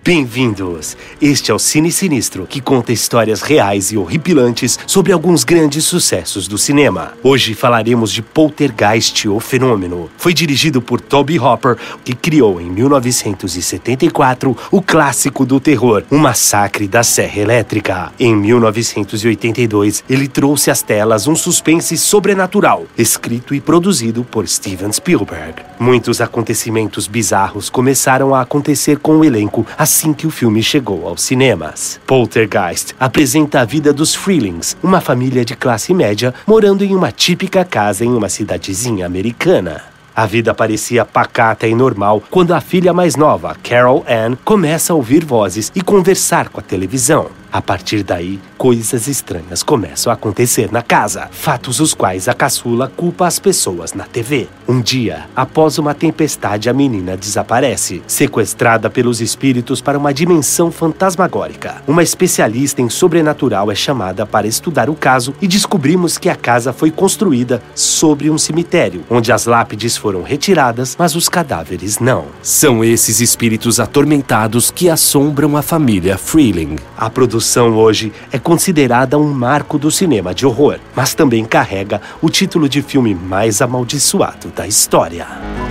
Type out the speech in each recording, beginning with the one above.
Bem-vindos! Este é o Cine Sinistro, que conta histórias reais e horripilantes sobre alguns grandes sucessos do cinema. Hoje falaremos de Poltergeist, o Fenômeno. Foi dirigido por Tobe Hooper, que criou em 1974 o clássico do terror, O Massacre da Serra Elétrica. Em 1982, ele trouxe às telas um suspense sobrenatural, escrito e produzido por Steven Spielberg. Muitos acontecimentos bizarros começaram a acontecer com o elenco assim que o filme chegou aos cinemas. Poltergeist apresenta a vida dos Freelings, uma família de classe média morando em uma típica casa em uma cidadezinha americana. A vida parecia pacata e normal quando a filha mais nova, Carol Ann, começa a ouvir vozes e conversar com a televisão. A partir daí, coisas estranhas começam a acontecer na casa, fatos os quais a caçula culpa as pessoas na TV. Um dia, após uma tempestade, a menina desaparece, sequestrada pelos espíritos para uma dimensão fantasmagórica. Uma especialista em sobrenatural é chamada para estudar o caso e descobrimos que a casa foi construída sobre um cemitério, onde as lápides foram retiradas, mas os cadáveres não. São esses espíritos atormentados que assombram a família Freeling. A produção hoje é considerada um marco do cinema de horror, mas também carrega o título de filme mais amaldiçoado da história.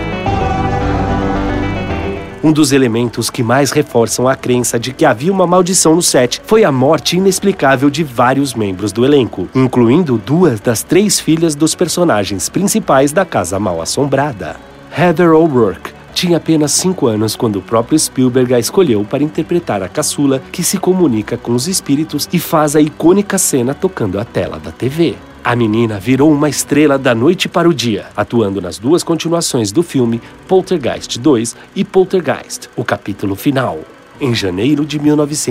Um dos elementos que mais reforçam a crença de que havia uma maldição no set foi a morte inexplicável de vários membros do elenco, incluindo 2 das 3 filhas dos personagens principais da Casa Mal-Assombrada. Heather O'Rourke tinha apenas 5 anos quando o próprio Spielberg a escolheu para interpretar a caçula que se comunica com os espíritos e faz a icônica cena tocando a tela da TV. A menina virou uma estrela da noite para o dia, atuando nas 2 continuações do filme Poltergeist 2 e Poltergeist, o capítulo final. Em janeiro de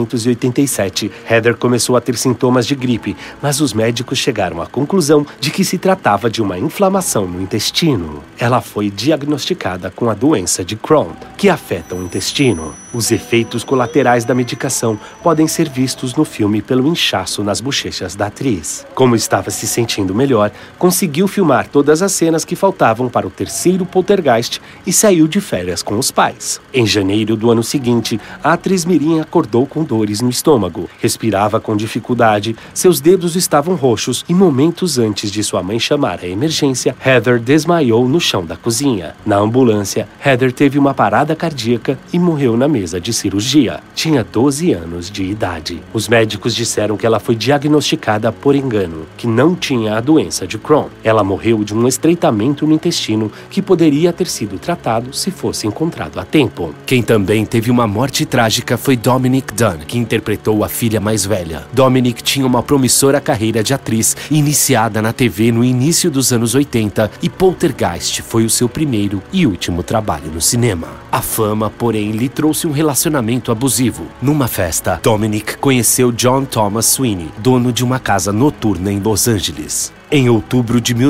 1987, Heather começou a ter sintomas de gripe, mas os médicos chegaram à conclusão de que se tratava de uma inflamação no intestino. Ela foi diagnosticada com a doença de Crohn, que afeta o intestino. Os efeitos colaterais da medicação podem ser vistos no filme pelo inchaço nas bochechas da atriz. Como estava se sentindo melhor, conseguiu filmar todas as cenas que faltavam para o 3º Poltergeist e saiu de férias com os pais. Em janeiro do ano seguinte, a atriz mirim acordou com dores no estômago, respirava com dificuldade, seus dedos estavam roxos e momentos antes de sua mãe chamar a emergência, Heather desmaiou no chão da cozinha. Na ambulância, Heather teve uma parada cardíaca e morreu na mesa de cirurgia. Tinha 12 anos de idade. Os médicos disseram que ela foi diagnosticada por engano, que não tinha a doença de Crohn. Ela morreu de um estreitamento no intestino que poderia ter sido tratado se fosse encontrado a tempo. Quem também teve uma morte trágica foi Dominique Dunne, que interpretou a filha mais velha. Dominique tinha uma promissora carreira de atriz iniciada na TV no início dos anos 80 e Poltergeist foi o seu primeiro e último trabalho no cinema. A fama, porém, lhe trouxe um relacionamento abusivo. Numa festa, Dominique conheceu John Thomas Sweeney, dono de uma casa noturna em Los Angeles. Em outubro de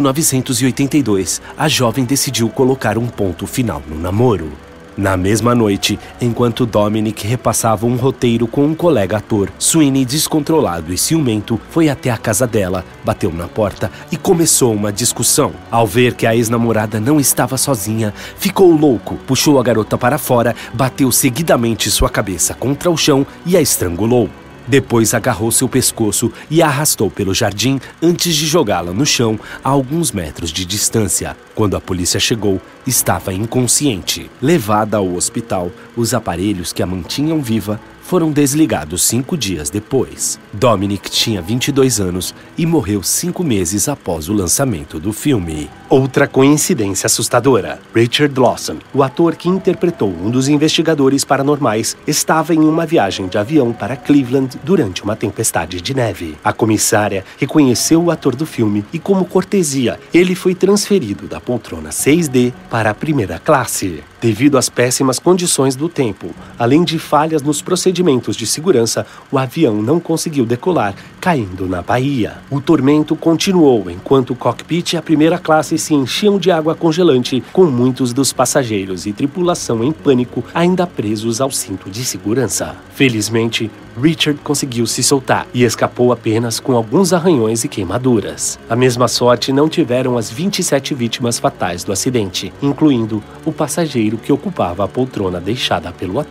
1982, a jovem decidiu colocar um ponto final no namoro. Na mesma noite, enquanto Dominic repassava um roteiro com um colega ator, Sweeney, descontrolado e ciumento, foi até a casa dela, bateu na porta e começou uma discussão. Ao ver que a ex-namorada não estava sozinha, ficou louco, puxou a garota para fora, bateu seguidamente sua cabeça contra o chão e a estrangulou. Depois agarrou seu pescoço e a arrastou pelo jardim antes de jogá-la no chão a alguns metros de distância. Quando a polícia chegou, estava inconsciente. Levada ao hospital, os aparelhos que a mantinham viva foram desligados 5 dias depois. Dominic tinha 22 anos e morreu 5 meses após o lançamento do filme. Outra coincidência assustadora. Richard Lawson, o ator que interpretou um dos investigadores paranormais, estava em uma viagem de avião para Cleveland durante uma tempestade de neve. A comissária reconheceu o ator do filme e, como cortesia, ele foi transferido da poltrona 6D para a primeira classe. Devido às péssimas condições do tempo, além de falhas nos procedimentos de segurança, o avião não conseguiu decolar, caindo na baía. O tormento continuou enquanto o cockpit e a primeira classe se enchiam de água congelante, com muitos dos passageiros e tripulação em pânico, ainda presos ao cinto de segurança. Felizmente, Richard conseguiu se soltar e escapou apenas com alguns arranhões e queimaduras. A mesma sorte não tiveram as 27 vítimas fatais do acidente, incluindo o passageiro que ocupava a poltrona deixada pelo ator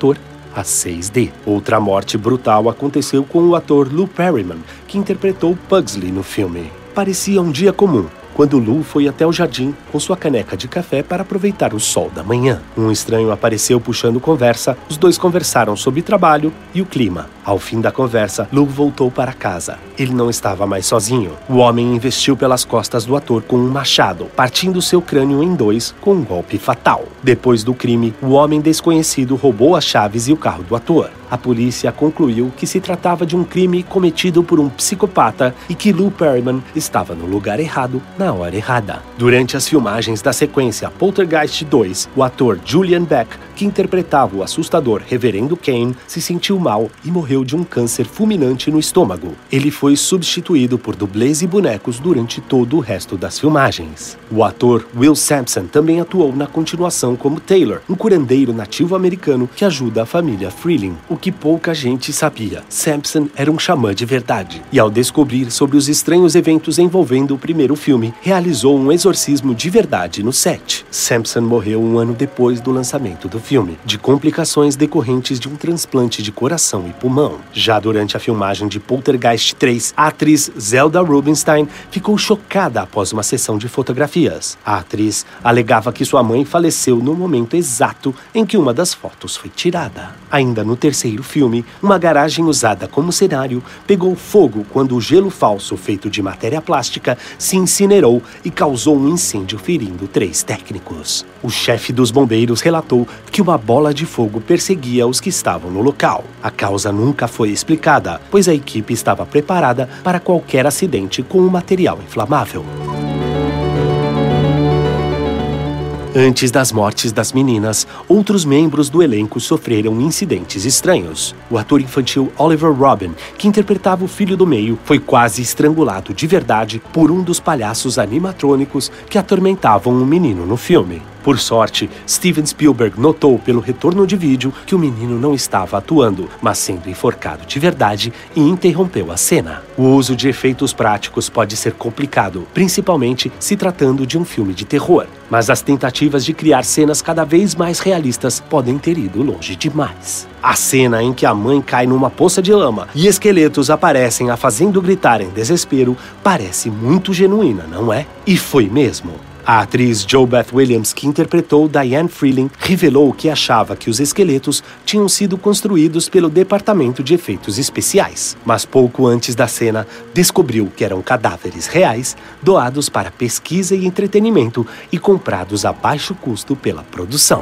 a 6D. Outra morte brutal aconteceu com o ator Lou Perryman, que interpretou Pugsley no filme. Parecia um dia comum, quando Lou foi até o jardim com sua caneca de café para aproveitar o sol da manhã. Um estranho apareceu puxando conversa, os dois conversaram sobre trabalho e o clima. Ao fim da conversa, Lou voltou para casa. Ele não estava mais sozinho. O homem investiu pelas costas do ator com um machado, partindo seu crânio em dois com um golpe fatal. Depois do crime, o homem desconhecido roubou as chaves e o carro do ator. A polícia concluiu que se tratava de um crime cometido por um psicopata e que Lou Perryman estava no lugar errado, na hora errada. Durante as filmagens da sequência Poltergeist 2, o ator Julian Beck, que interpretava o assustador Reverendo Kane, se sentiu mal e morreu de um câncer fulminante no estômago. Ele foi substituído por dublês e bonecos durante todo o resto das filmagens. O ator Will Sampson também atuou na continuação como Taylor, um curandeiro nativo americano que ajuda a família Freeling. O que pouca gente sabia, Sampson era um xamã de verdade, e ao descobrir sobre os estranhos eventos envolvendo o primeiro filme, realizou um exorcismo de verdade no set. Sampson morreu um ano depois do lançamento do filme, de complicações decorrentes de um transplante de coração e pulmão. Já durante a filmagem de Poltergeist 3, a atriz Zelda Rubinstein ficou chocada após uma sessão de fotografias. A atriz alegava que sua mãe faleceu no momento exato em que uma das fotos foi tirada. Ainda no terceiro filme, uma garagem usada como cenário pegou fogo quando o gelo falso feito de matéria plástica se incinerou e causou um incêndio ferindo 3 técnicos. O chefe dos bombeiros relatou que uma bola de fogo perseguia os que estavam no local. A causa nunca foi explicada, pois a equipe estava preparada para qualquer acidente com um material inflamável. Antes das mortes das meninas, outros membros do elenco sofreram incidentes estranhos. O ator infantil Oliver Robin, que interpretava o filho do meio, foi quase estrangulado de verdade por um dos palhaços animatrônicos que atormentavam um menino no filme. Por sorte, Steven Spielberg notou pelo retorno de vídeo que o menino não estava atuando, mas sendo enforcado de verdade, e interrompeu a cena. O uso de efeitos práticos pode ser complicado, principalmente se tratando de um filme de terror, mas as tentativas de criar cenas cada vez mais realistas podem ter ido longe demais. A cena em que a mãe cai numa poça de lama e esqueletos aparecem a fazendo gritar em desespero parece muito genuína, não é? E foi mesmo. A atriz JoBeth Williams, que interpretou Diane Freeling, revelou que achava que os esqueletos tinham sido construídos pelo Departamento de Efeitos Especiais, mas pouco antes da cena descobriu que eram cadáveres reais, doados para pesquisa e entretenimento e comprados a baixo custo pela produção.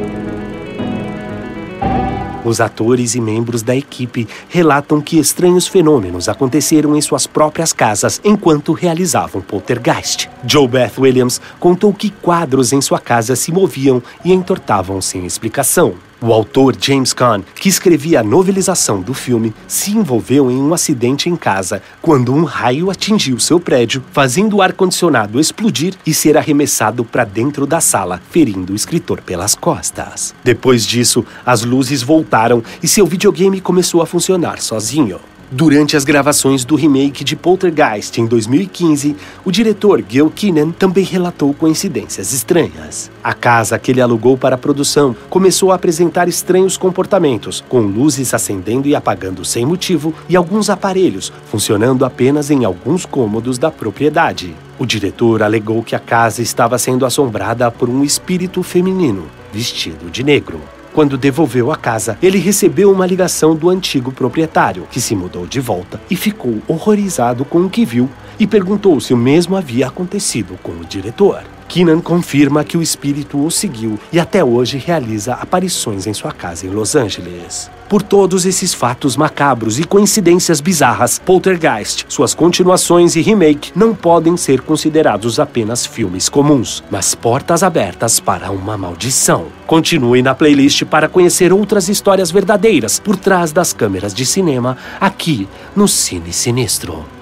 Os atores e membros da equipe relatam que estranhos fenômenos aconteceram em suas próprias casas enquanto realizavam Poltergeist. JoBeth Williams contou que quadros em sua casa se moviam e entortavam sem explicação. O autor James Caan, que escrevia a novelização do filme, se envolveu em um acidente em casa quando um raio atingiu seu prédio, fazendo o ar-condicionado explodir e ser arremessado para dentro da sala, ferindo o escritor pelas costas. Depois disso, as luzes voltaram e seu videogame começou a funcionar sozinho. Durante as gravações do remake de Poltergeist em 2015, o diretor Gil Kenan também relatou coincidências estranhas. A casa que ele alugou para a produção começou a apresentar estranhos comportamentos, com luzes acendendo e apagando sem motivo e alguns aparelhos funcionando apenas em alguns cômodos da propriedade. O diretor alegou que a casa estava sendo assombrada por um espírito feminino, vestido de negro. Quando devolveu a casa, ele recebeu uma ligação do antigo proprietário, que se mudou de volta e ficou horrorizado com o que viu e perguntou se o mesmo havia acontecido com o diretor. Kenan confirma que o espírito o seguiu e até hoje realiza aparições em sua casa em Los Angeles. Por todos esses fatos macabros e coincidências bizarras, Poltergeist, suas continuações e remake não podem ser considerados apenas filmes comuns, mas portas abertas para uma maldição. Continue na playlist para conhecer outras histórias verdadeiras por trás das câmeras de cinema, aqui no Cine Sinistro.